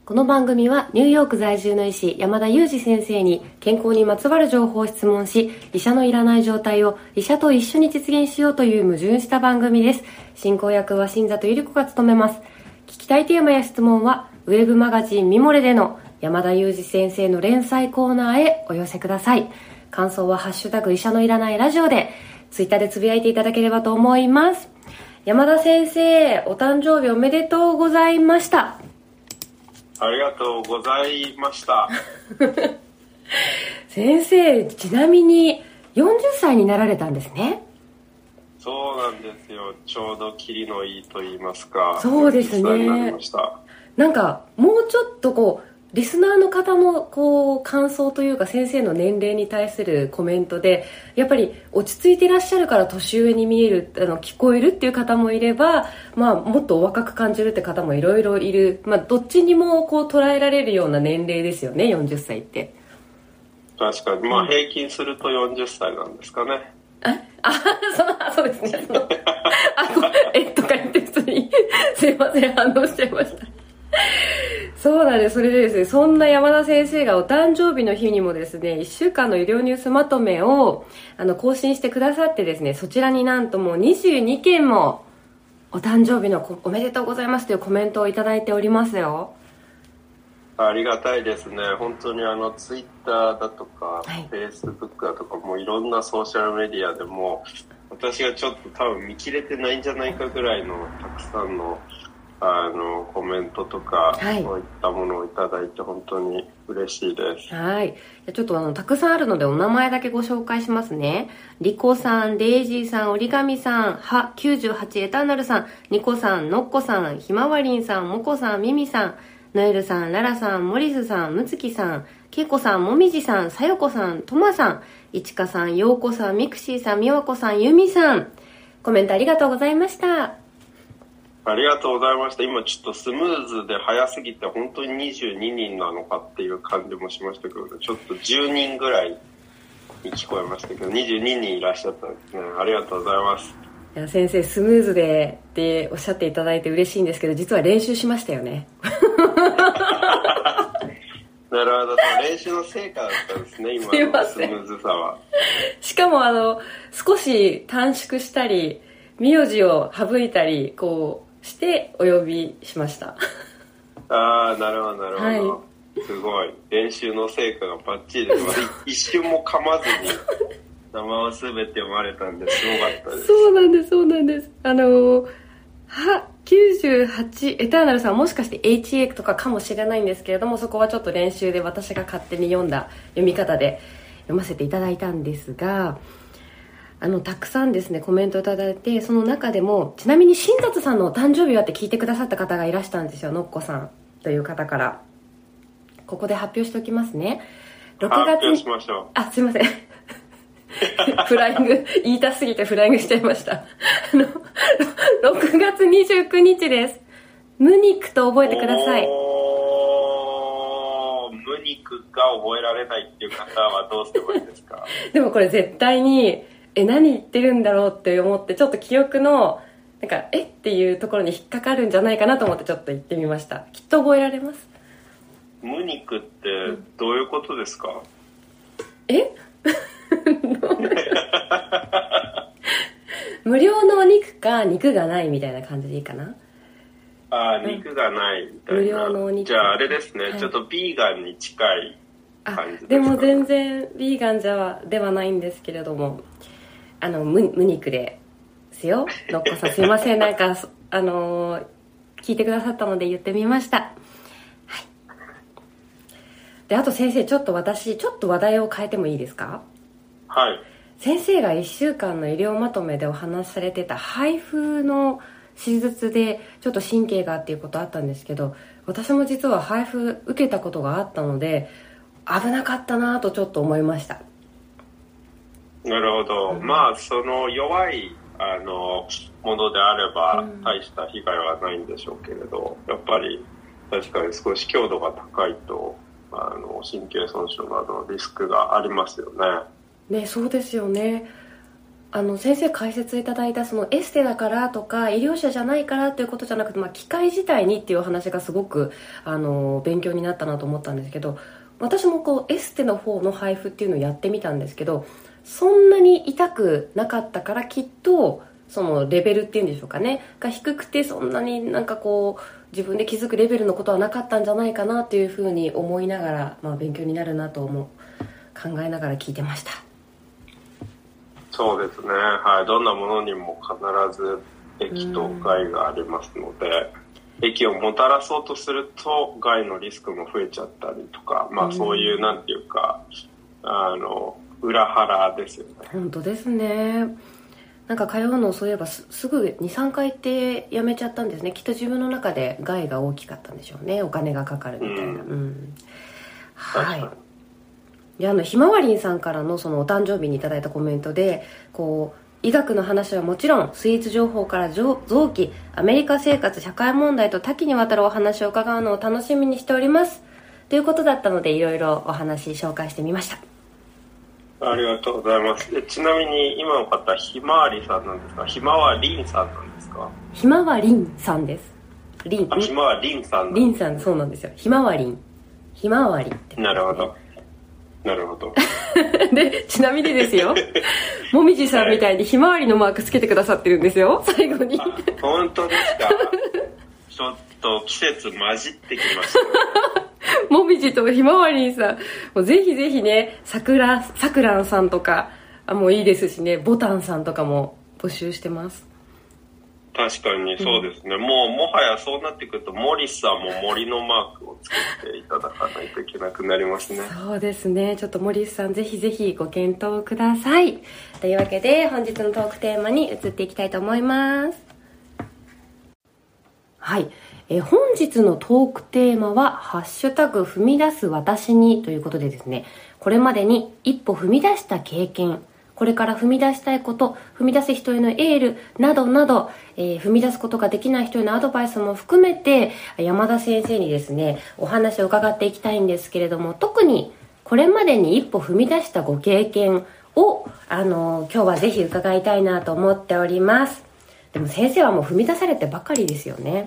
この番組はニューヨーク在住の医師山田裕二先生に健康にまつわる情報を質問し、医者のいらない状態を医者と一緒に実現しようという矛盾した番組です。進行役は新里ゆり子が務めます。聞きたいテーマや質問はウェブマガジンミモレでの山田裕二先生の連載コーナーへお寄せください。感想はハッシュタグ医者のいらないラジオでツイッターでつぶやいていただければと思います。山田先生、お誕生日おめでとうございました。 ありがとうございました先生、ちなみに40歳になられたんですね。 そうなんですよ。ちょうどキリのいいと言いますか。 そうですね。 40歳になりました。 なんかもうちょっとリスナーの方の感想というか、先生の年齢に対するコメントで、やっぱり落ち着いていらっしゃるから年上に見える、聞こえるっていう方もいれば、もっとお若く感じるって方もいろいろいる、どっちにも捉えられるような年齢ですよね、40歳って。 確かに、平均すると40歳なんですかね。 そうですね。とか言って普通にすいません、反応しちゃいました。そうなんです。それでですね、そんな山田先生がお誕生日の日にもですね、1週間の医療ニュースまとめを更新してくださってですね、そちらになんともう22件もお誕生日のおめでとうございますというコメントをいただいておりますよ。 ありがたいですね。本当にツイッターだとか、フェイスブックだとか、もういろんなソーシャルメディアでも、私がちょっと多分見切れてないんじゃないかぐらいのたくさんのコメントとか、そういったものをいただいて本当に嬉しいです。 はい。ちょっとたくさんあるのでお名前だけご紹介しますね。リコさん、デイジーさん、折り紙さん、は98エターナルさん、ニコさん、ノッコさん、ひまわりんさん、モコさん、ミミさん、ノエルさん、ララさん、モリスさん、ムツキさん、ケイコさん、もみじさん、さよこさん、トマさん、いちかさん、ヨウコさん、ミクシーさん、みわこさん、ユミさん、コメントありがとうございました。 ありがとうございました。今ちょっとスムーズで早すぎて本当に22人なのかっていう感じもしましたけど、ちょっと10人ぐらいに聞こえましたけど、22人いらっしゃったんですね。ありがとうございます。 いや先生、スムーズでっておっしゃっていただいて嬉しいんですけど、実は練習しましたよね。 なるほど、練習の成果だったんですね、今のスムーズさは。 しかも少し短縮したり名字を省いたりしてお呼びしました。 なるほどなるほど、はい、すごい練習の成果がバッチリです。一瞬も噛まずに名前を全て読まれたんですごかったです。 そうなんです、そうなんです。98エターナルさん、もしかして HA とかかもしれないんですけれども、そこはちょっと練習で私が勝手に読んだ読み方で読ませていただいたんですが、たくさんですねコメントをいただいて、その中でもちなみに新里さんのお誕生日はって聞いてくださった方がいらしたんですよ。のっこさんという方から、ここで発表しておきますね。 6月発表しましょう。 すいませんフライング言いたすぎてフライングしちゃいました6月29日です。ムニクと覚えてください。 ムニクが覚えられないっていう方はどうすればいいですか？ でもこれ絶対に何言ってるんだろうって思って、ちょっと記憶のっていうところに引っかかるんじゃないかなと思ってちょっと言ってみました。きっと覚えられます。 ムニクってどういうことですか？ 無料のお肉か肉がないみたいな感じでいいかな。 肉がないみたいな。 無料のお肉。 じゃああれですね、ちょっとビーガンに近い感じですか？ でも全然ビーガンではないんですけれども、無肉ですよ。のっこさんすいません、聞いてくださったので言ってみました。はい。で、あと先生、ちょっと話題を変えてもいいですか？ はい。 先生が1週間の医療まとめでお話しされてた肺風の手術でちょっと神経がっていうことあったんですけど、私も実は肺風受けたことがあったので危なかったなとちょっと思いました。 なるほど、その弱いものであれば大した被害はないんでしょうけれど、やっぱり確かに少し強度が高いと神経損傷などのリスクがありますよね。 ね、そうですよね。 先生解説いただいたそのエステだからとか医療者じゃないからということじゃなくて、機械自体にっていうお話がすごく勉強になったなと思ったんですけど、私もエステの方の配布っていうのをやってみたんですけど、そんなに痛くなかったから、きっとそのレベルっていうんでしょうかねが低くて、そんなに自分で気づくレベルのことはなかったんじゃないかなというふうに思いながら、勉強になるなと考えながら聞いてました。 そうですね、はい、どんなものにも必ず益と害がありますので、益をもたらそうとすると害のリスクも増えちゃったりとか、そういうなんていうか裏腹ですよね。 本当ですね。通うのをそういえばすぐ 2,3 回行ってやめちゃったんですね。きっと自分の中で害が大きかったんでしょうね。お金がかかるみたいな、はい。でひまわりんさんからのそのお誕生日にいただいたコメントで、医学の話はもちろんスイーツ情報から臓器、アメリカ生活、社会問題と多岐にわたるお話を伺うのを楽しみにしておりますということだったので、いろいろお話紹介してみました。 ありがとうございます。ちなみに今の方ひまわりさんなんですか、ひまわりんさんなんですか？ ひまわりんさんです。ひまわりんさんりんさん、そうなんですよ。ひまわりん、ひまわりって、 なるほどなるほどでちなみにですよもみじさんみたいにひまわりのマークつけてくださってるんですよ、最後に。 本当ですか？ちょっと季節混じってきましたもみじとひまわりんさん、もうぜひぜひね、さくらんさんとかもういいですしね、ボタンさんとかも募集してます。 確かにそうですね、もはやそうなってくるとモリスさんも森のマークをつけていただかないといけなくなりますね。 そうですね、ちょっとモリスさんぜひぜひご検討ください。というわけで本日のトークテーマに移っていきたいと思います。はい、本日のトークテーマはハッシュタグ踏み出す私にということでですね、これまでに一歩踏み出した経験、これから踏み出したいこと、踏み出す人へのエールなどなど、踏み出すことができない人へのアドバイスも含めて山田先生にですねお話を伺っていきたいんですけれども、特にこれまでに一歩踏み出したご経験を今日はぜひ伺いたいなと思っております。でも先生はもう踏み出されてばかりですよね。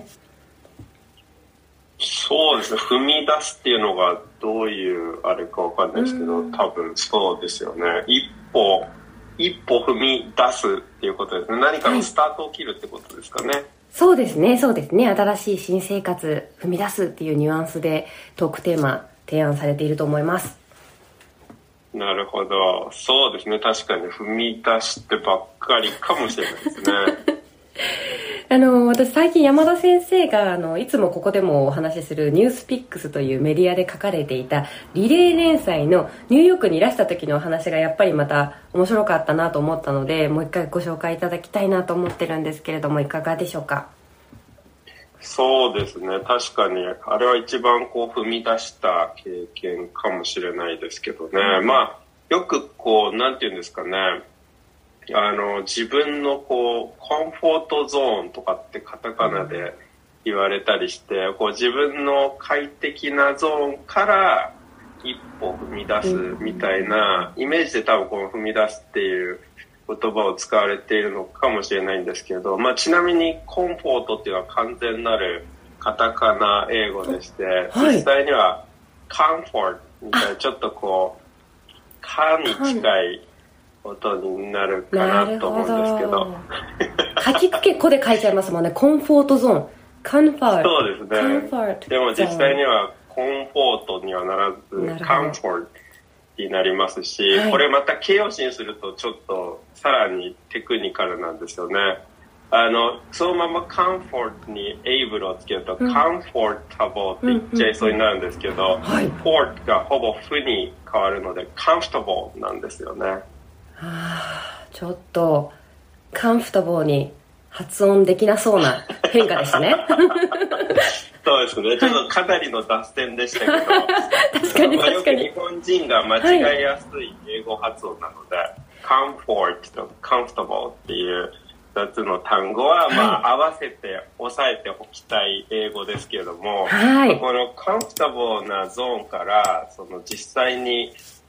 そうですね、踏み出すっていうのがどういうあれかわかんないですけど、多分そうですよね。一歩踏み出すっていうことですね。何かのスタートを切るってことですかね。 そうですね、そうですね。新しい新生活踏み出すっていうニュアンスでトークテーマ提案されていると思います。 なるほど、そうですね、確かに踏み出してばっかりかもしれないですね私最近山田先生がいつもここでもお話しするニュースピックスというメディアで書かれていたリレー連載のニューヨークにいらした時のお話がやっぱりまた面白かったなと思ったので、もう一回ご紹介いただきたいなと思ってるんですけれども、いかがでしょうか？ そうですね、確かにあれは一番踏み出した経験かもしれないですけどね、よくなんていうんですかね、自分のコンフォートゾーンとかってカタカナで言われたりして、自分の快適なゾーンから一歩踏み出すみたいなイメージで多分踏み出すっていう言葉を使われているのかもしれないんですけど、ちなみにコンフォートっていうのは完全なるカタカナ英語でして、実際にはカンフォートみたいなちょっとカに近い音になるかなと思うんですけど、 書きくけこで書いちゃいますもんね。コンフォートゾーン、カンフォート。 そうですね。でも実際にはコンフォートにはならずカンフォートになりますし、これまた形容詞にするとちょっとさらにテクニカルなんですよね。そのままカンフォートにエイブルをつけると、カンフォータボーって言っちゃいそうになるんですけど、フォートがほぼフに変わるのでカンフォタボーなんですよね。 ちょっとカンフタボーに発音できなそうな変化でしたねそうですね、ちょっとかなりの脱線でしたけど確かに確かによく日本人が間違いやすい英語発音なので、カンフォートとカンフタボーっていう2つの単語は合わせて押さえておきたい英語ですけれども、このカンフタボーなゾーンから実際に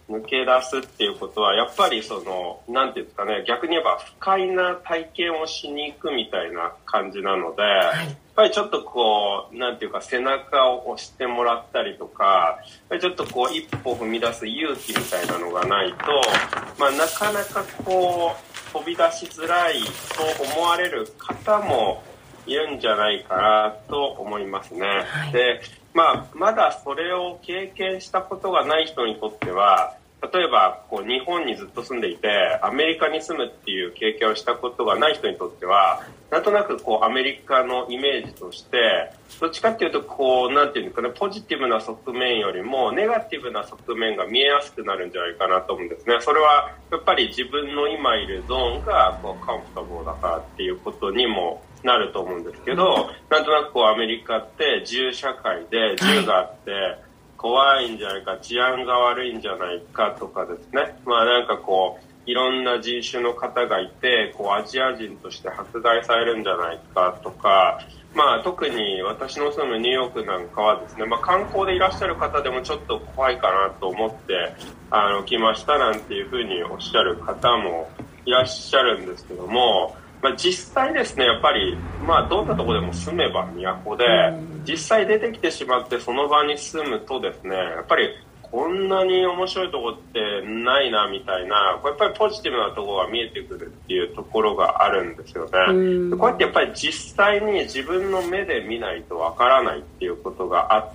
抜け出すっていうことはやっぱりなんていうんですかね、逆に言えば不快な体験をしに行くみたいな感じなので、やっぱりちょっとなんていうか背中を押してもらったりとか、やっぱりちょっと一歩踏み出す勇気みたいなのがないと、なかなか飛び出しづらいと思われる方もいるんじゃないかなと思いますね。で、まだそれを経験したことがない人にとっては、例えば日本にずっと住んでいてアメリカに住むっていう経験をしたことがない人にとっては、なんとなくアメリカのイメージとしてどっちかっていうとなんていうんですかね、ポジティブな側面よりもネガティブな側面が見えやすくなるんじゃないかなと思うんですね。それはやっぱり自分の今いるゾーンがカンフタボーだからっていうことにもなると思うんですけど、なんとなくアメリカって自由社会で銃があって怖いんじゃないか、治安が悪いんじゃないかとかですね、なんかいろんな人種の方がいてアジア人として迫害されるんじゃないかとか、特に私の住むニューヨークなんかはですね、観光でいらっしゃる方でもちょっと怖いかなと思って来ましたなんていうふうにおっしゃる方もいらっしゃるんですけども、実際ですね、やっぱりどんなところでも住めば都で、実際出てきてしまってその場に住むとですね、やっぱりこんなに面白いところってないなみたいな、やっぱりポジティブなところが見えてくるっていうところがあるんですよね。こうやってやっぱり実際に自分の目で見ないとわからないっていうことがあって、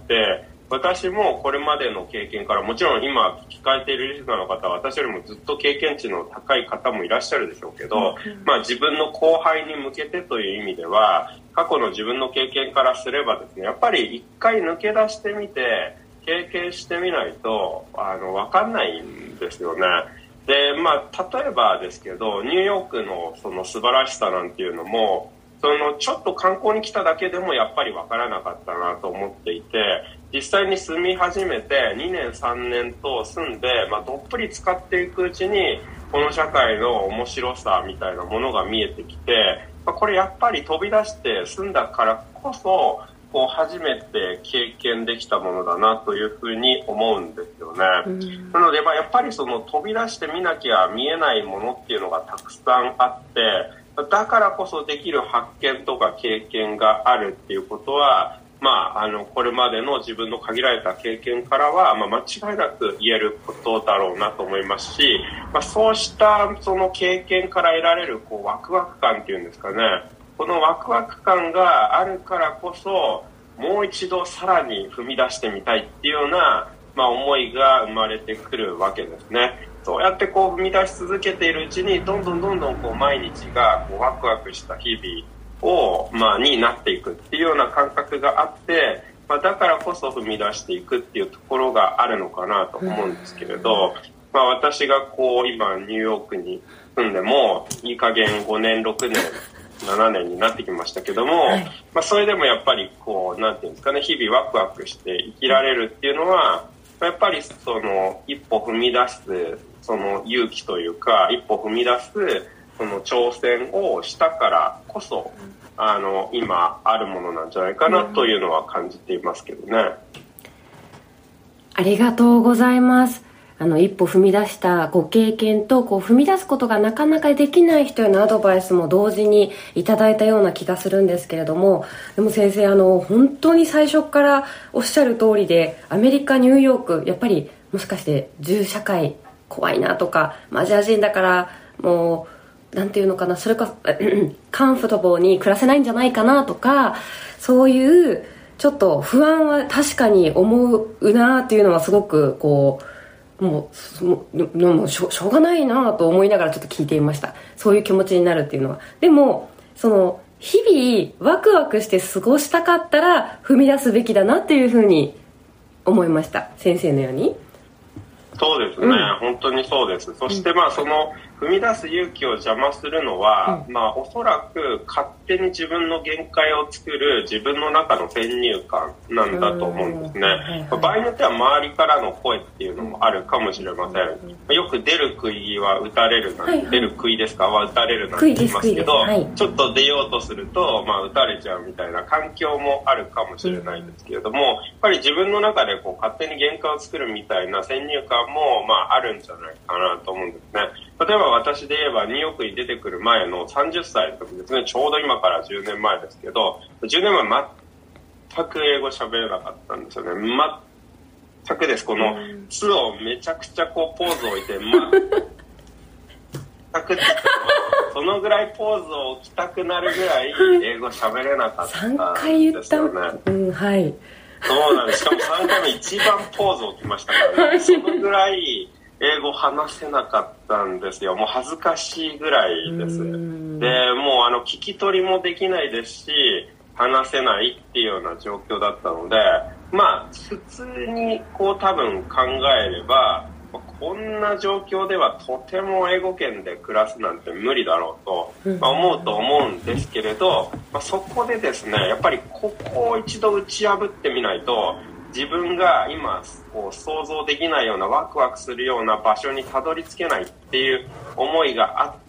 私もこれまでの経験から、もちろん今聞かれているリスナーの方は私よりもずっと経験値の高い方もいらっしゃるでしょうけど、自分の後輩に向けてという意味では過去の自分の経験からすればですね、やっぱり一回抜け出してみて経験してみないと分かんないんですよね。で、例えばですけど、ニューヨークのその素晴らしさなんていうのも、ちょっと観光に来ただけでもやっぱり分からなかったなと思っていて、実際に住み始めて2年3年と住んで、どっぷり使っていくうちにこの社会の面白さみたいなものが見えてきて、これやっぱり飛び出して住んだからこそ初めて経験できたものだなというふうに思うんですよね。なので、やっぱり飛び出してみなきゃ見えないものっていうのがたくさんあって、だからこそできる発見とか経験があるっていうことは、これまでの自分の限られた経験からは、間違いなく言えることだろうなと思いますし、そうしたその経験から得られるワクワク感っていうんですかね、このワクワク感があるからこそもう一度さらに踏み出してみたいっていうような、思いが生まれてくるわけですね。そうやって踏み出し続けているうちにどんどん毎日がワクワクした日々を、になっていくっていうような感覚があって、だからこそ踏み出していくっていうところがあるのかなと思うんですけれど、私が今ニューヨークに住んでもいい加減5年6年7年になってきましたけども、それでもやっぱりなんていうんですかね、日々ワクワクして生きられるっていうのは、やっぱり一歩踏み出す勇気というか、一歩踏み出す挑戦をしたからこそ今あるものなんじゃないかなというのは感じていますけどね。 ありがとうございます。一歩踏み出したご経験と踏み出すことがなかなかできない人へのアドバイスも同時にいただいたような気がするんですけれども、でも先生本当に最初からおっしゃる通りで、アメリカニューヨークやっぱりもしかして銃社会怖いなとか、アジア人だからもうなんていうのかな、それかカンフォタボーに暮らせないんじゃないかなとか、そういうちょっと不安は確かに思うなっていうのはすごくもうしょうがないなと思いながらちょっと聞いていました。そういう気持ちになるっていうのは。でも日々ワクワクして過ごしたかったら踏み出すべきだなっていうふうに思いました。先生のように。 そうですね、本当にそうです。そして踏踏み出す勇気を邪魔するのは、おそらく勝手に自分の限界を作る自分の中の先入観なんだと思うんですね。場合によっては周りからの声っていうのもあるかもしれません。よく出る杭は打たれるなんて、出る杭ですかは打たれるなんて言いますけど、ちょっと出ようとすると、打たれちゃうみたいな環境もあるかもしれないですけれども、やっぱり自分の中で勝手に限界を作るみたいな先入観もあるんじゃないかなと思うんですね。例えば私で言えばニューヨークに出てくる前の30歳の時ですね、ちょうど今から10年前ですけど、10年前全く英語喋れなかったんですよね。全くです。この「つ」をめちゃくちゃポーズを置いて全くそのぐらいポーズを置きたくなるぐらい英語喋れなかったんですよね。 3回言った、はい、 そうなんです。しかも3回目一番ポーズを置きましたからね。そのぐらい英語話せなかったんですよ。もう恥ずかしいぐらいです。で、もう聞き取りもできないですし、話せないっていうような状況だったので、普通に多分考えれば、こんな状況ではとても英語圏で暮らすなんて無理だろうと、思うと思うんですけれど、そこでですね、やっぱりここを一度打ち破ってみないと、自分が今想像できないようなワクワクするような場所にたどり着けないっていう思いがあって、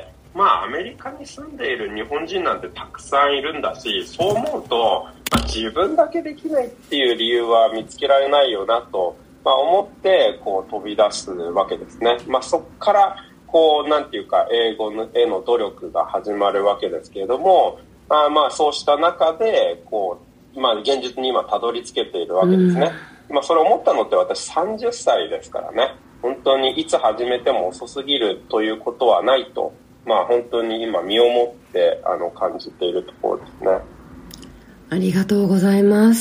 アメリカに住んでいる日本人なんてたくさんいるんだし、そう思うと、自分だけできないっていう理由は見つけられないよなと、思って飛び出すわけですね。そこからなんていうか英語への努力が始まるわけですけれども、そうした中で現実に今たどり着けているわけですね。それ思ったのって私30歳ですからね。本当にいつ始めても遅すぎるということはないと、本当に今身をもって感じているところですね。 ありがとうございます。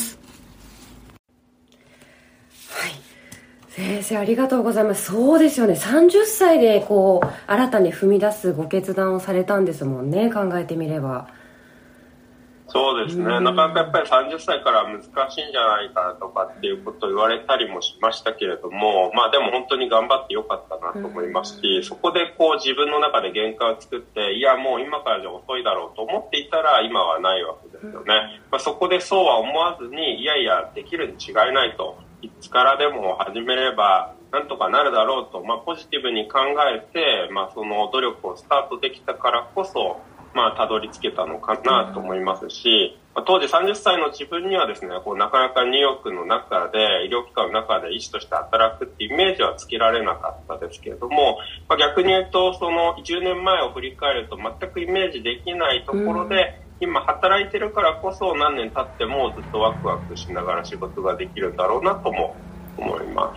はい、先生ありがとうございます。そうですよね、30歳で新たに踏み出すご決断をされたんですもんね、考えてみれば。 そうですね、なかなかやっぱり30歳から難しいんじゃないかとかっていうことを言われたりもしましたけれども、でも本当に頑張ってよかったなと思いますし、そこで自分の中で限界を作って、いやもう今からじゃ遅いだろうと思っていたら今はないわけですよね。そこでそうは思わずに、いやいやできるに違いないと、いつからでも始めればなんとかなるだろうと、ポジティブに考えて、その努力をスタートできたからこそたどり着けたのかなと思いますし、当時30歳の自分にはですね、なかなかニューヨークの中で医療機関の中で医師として働くっていうイメージはつけられなかったですけれども、逆に言うとその10年前を振り返ると全くイメージできないところで、今働いてるからこそ何年経ってもずっとワクワクしながら仕事ができるんだろうなとも思います。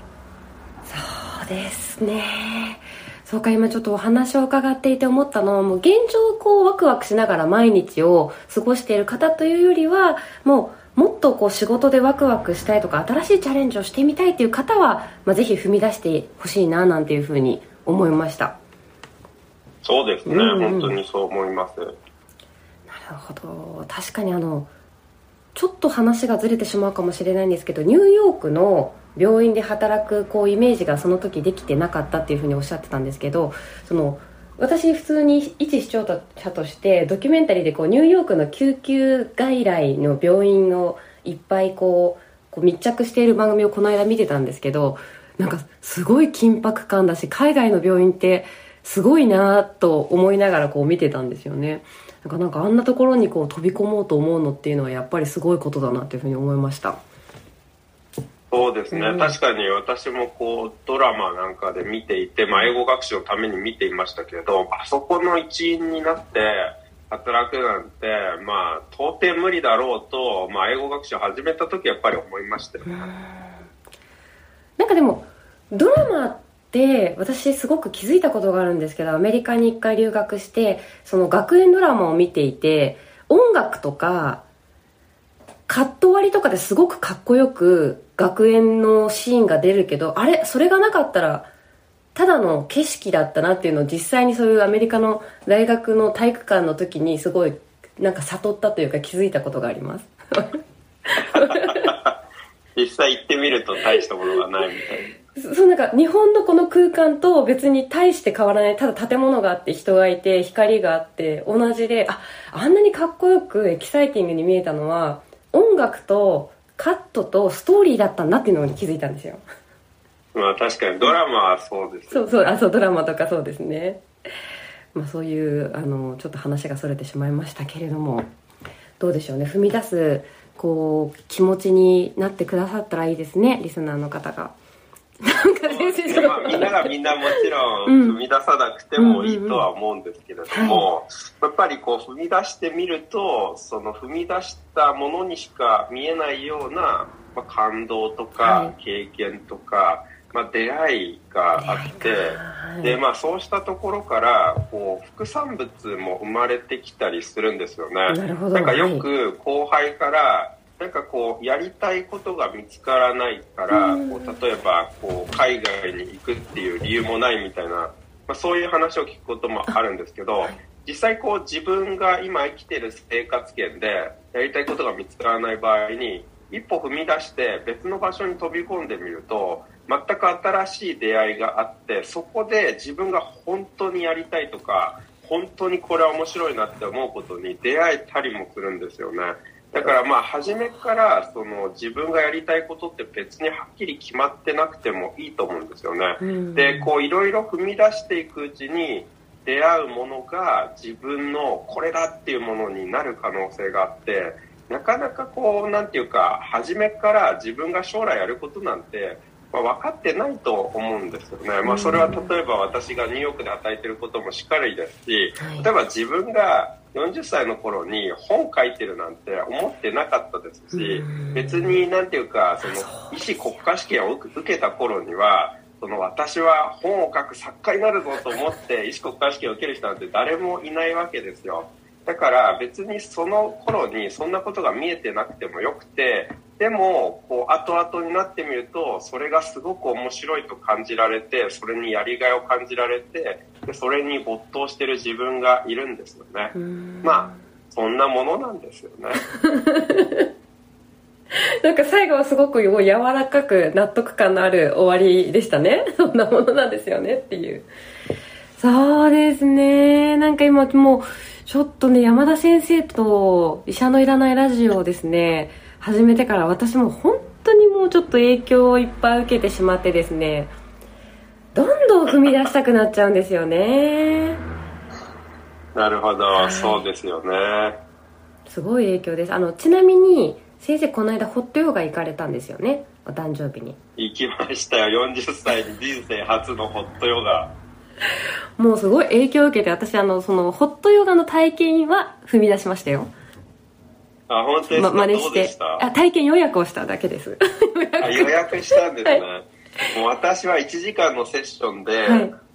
そうですね。そうか、今ちょっとお話を伺っていて思ったのは、もう現状ワクワクしながら毎日を過ごしている方というよりは、もっと仕事でワクワクしたいとか新しいチャレンジをしてみたいという方は、ぜひ踏み出してほしいななんていうふうに思いました。 そうですね、本当にそう思います。なるほど。確かにちょっと話がずれてしまうかもしれないんですけど、ニューヨークの病院で働くイメージがその時できてなかったっていうふうにおっしゃってたんですけど、私普通に一視聴者としてドキュメンタリーでニューヨークの救急外来の病院をいっぱい密着している番組をこの間見てたんですけど、なんかすごい緊迫感だし、海外の病院ってすごいなと思いながら見てたんですよね。なんかあんなところに飛び込もうと思うのっていうのはやっぱりすごいことだなというふうに思いました。 そうですね、確かに私もドラマなんかで見ていて、英語学習のために見ていましたけれど、あそこの一員になって働くなんて到底無理だろうと、英語学習を始めた時やっぱり思いましたよね。 なんかでもドラマって私すごく気づいたことがあるんですけど、アメリカに1回留学してその学園ドラマを見ていて、音楽とかカット割りとかですごくかっこよく学園のシーンが出るけど、それがなかったらただの景色だったなっていうのを実際にそういうアメリカの大学の体育館の時にすごいなんか悟ったというか気づいたことがあります。 実際行ってみると大したものがないみたいな。 そうなんか日本のこの空間と別に大して変わらない。ただ建物があって人がいて光があって同じで、あんなにかっこよくエキサイティングに見えたのは音楽とカットとストーリーだったんだっていうのに気づいたんですよ。 まあ確かにドラマはそうですよね。 そうドラマとかそうですね。まあそういうちょっと話がそれてしまいましたけれども、どうでしょうね、踏み出すこう気持ちになってくださったらいいですね、リスナーの方が。なんか先生まあ、みんながみんなもちろん踏み出さなくてもいいとは思うんですけれども、やっぱりこう踏み出してみると、その踏み出したものにしか見えないような、まあ、感動とか経験とか、まあ、出会いがあって、でまあ、そうしたところからこう副産物も生まれてきたりするんですよね。なんかよく後輩からなんかこうやりたいことが見つからないからこう例えばこう海外に行くっていう理由もないみたいな、まあ、そういう話を聞くこともあるんですけど、実際こう自分が今生きてる生活圏でやりたいことが見つからない場合に一歩踏み出して別の場所に飛び込んでみると全く新しい出会いがあって、そこで自分が本当にやりたいとか本当にこれは面白いなって思うことに出会えたりもするんですよね。だからまあ初めからその自分がやりたいことって別にはっきり決まってなくてもいいと思うんですよね。でこういろいろ踏み出していくうちに出会うものが自分のこれだっていうものになる可能性があって、なかなかこうなんていうか初めから自分が将来やることなんて分かってないと思うんですよね。まあ、それは例えば私がニューヨークで働いてることもしっかりですし、例えば自分が40歳の頃に本書いてるなんて思ってなかったですし、別になんていうかその医師国家試験を受けた頃にはその私は本を書く作家になるぞと思って医師国家試験を受ける人なんて誰もいないわけですよ。だから別にその頃にそんなことが見えてなくてもよくて、でもこう後々になってみるとそれがすごく面白いと感じられて、それにやりがいを感じられて、でそれに没頭してる自分がいるんですよね。まあそんなものなんですよね。 なんか最後はすごく柔らかく納得感のある終わりでしたね。そんなものなんですよねっていう。そうですね。なんか今もうちょっとね、山田先生と医者のいらないラジオをですね始めてから私も本当にもうちょっと影響をいっぱい受けてしまってですね、どんどん踏み出したくなっちゃうんですよね。 なるほど、そうですよね。 すごい影響です。ちなみに先生この間ホットヨガ行かれたんですよね、お誕生日に。 行きましたよ。40歳に人生初のホットヨガ。 もうすごい影響を受けて、私そのホットヨガの体験は踏み出しましたよ。 あ、本当ですか。 真似して。どうでした？体験予約をしただけです。 予約したんですね。はい、もう私は1時間のセッションで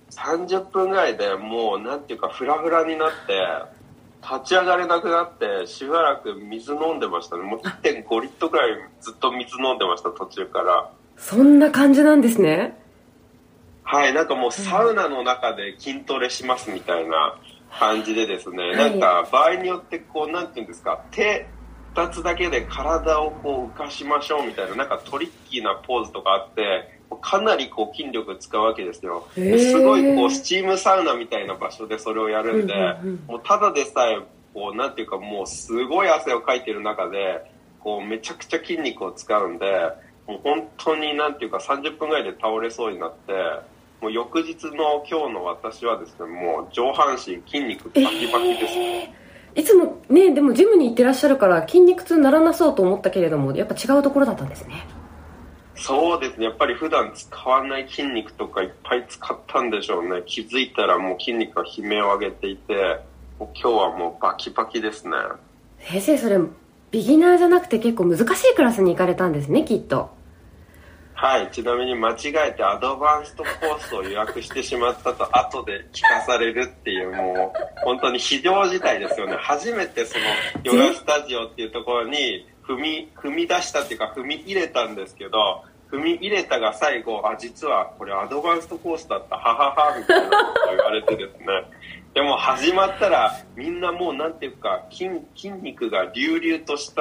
30分ぐらいでもうなんていうかフラフラになって立ち上がれなくなってしばらく水飲んでましたね。もう 1.5 リットルぐらいずっと水飲んでました、途中から。 そんな感じなんですね。 はい、なんかもうサウナの中で筋トレしますみたいな感じでですね、なんか場合によってこうなんていうんですか、手2つだけで体をこう浮かしましょうみたいな、なんかトリッキーなポーズとかあって、かなりこう筋力使うわけですよ。すごいこうスチームサウナみたいな場所でそれをやるんで、もうただでさえこうなんていうかもうすごい汗をかいてる中でこうめちゃくちゃ筋肉を使うんで、もう本当になんていうか30分ぐらいで倒れそうになって、もう翌日の今日の私はですね、もう上半身筋肉バキバキですね。 いつもね、でもジムに行ってらっしゃるから筋肉痛にならなそうと思ったけれども、やっぱ違うところだったんですね。 そうですね、やっぱり普段使わない筋肉とかいっぱい使ったんでしょうね。気づいたらもう筋肉が悲鳴を上げていて、もう今日はもうバキバキですね。 先生、それビギナーじゃなくて結構難しいクラスに行かれたんですね、きっと。 はい、ちなみに間違えてアドバンストコースを予約してしまったと後で聞かされるっていう、もう本当に非常事態ですよね。初めてそのヨガスタジオっていうところに踏み出したっていうか踏み入れたんですけど、踏み入れたが最後、実はこれアドバンストコースだった、はははみたいなことを言われてですね。でも始まったらみんなもうなんていうか筋肉が隆々とした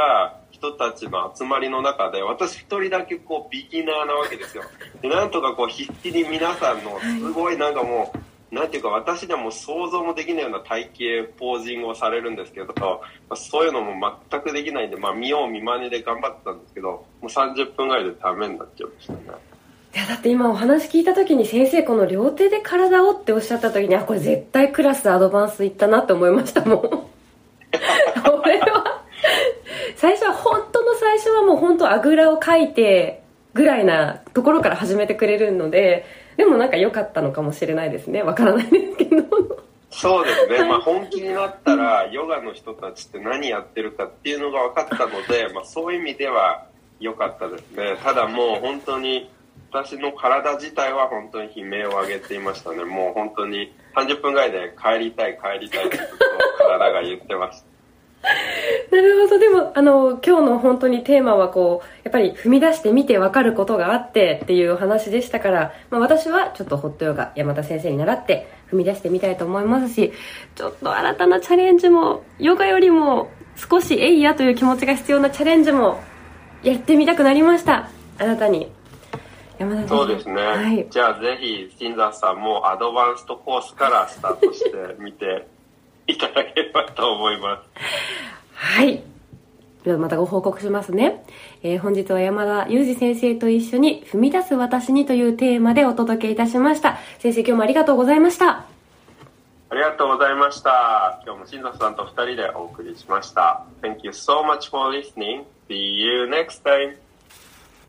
人たちの集まりの中で私一人だけこうビギナーなわけですよ。でなんとかこう必死に皆さんのすごいなんかもうなんていうか私でも想像もできないような体型ポージングをされるんですけど、そういうのも全くできないんで、見よう見まねで頑張ってたんですけど、もう30分ぐらいでダメになっちゃいましたね。 いやだって今お話聞いた時に先生この両手で体をっておっしゃった時にこれ絶対クラスアドバンスいったなって思いましたもん。これは最初は最初はもう本当あぐらをかいてぐらいなところから始めてくれるので、でもなんか良かったのかもしれないですね。わからないですけど。 そうですね、本気になったらヨガの人たちって何やってるかっていうのが分かったので、そういう意味では良かったですね。ただもう本当に私の体自体は本当に悲鳴を上げていましたね。もう本当に30分ぐらいで帰りたいってずっと体が言ってました。 なるほど。でも今日の本当にテーマはやっぱり踏み出してみて分かることがあってっていうお話でしたから、私はちょっとホットヨガ山田先生に習って踏み出してみたいと思いますし、ちょっと新たなチャレンジもヨガよりも少しえいやという気持ちが必要なチャレンジもやってみたくなりました。あなたに山田先生。 そうですね、はい、じゃあぜひ新座さんもアドバンストコースからスタートしてみていただければと思います。 はい、ではまたご報告しますね。本日は山田裕二先生と一緒に踏み出す私にというテーマでお届けいたしました。先生今日もありがとうございました。 ありがとうございました。今日も新座さんと2人でお送りしました。 Thank you so much for listening. See you next time.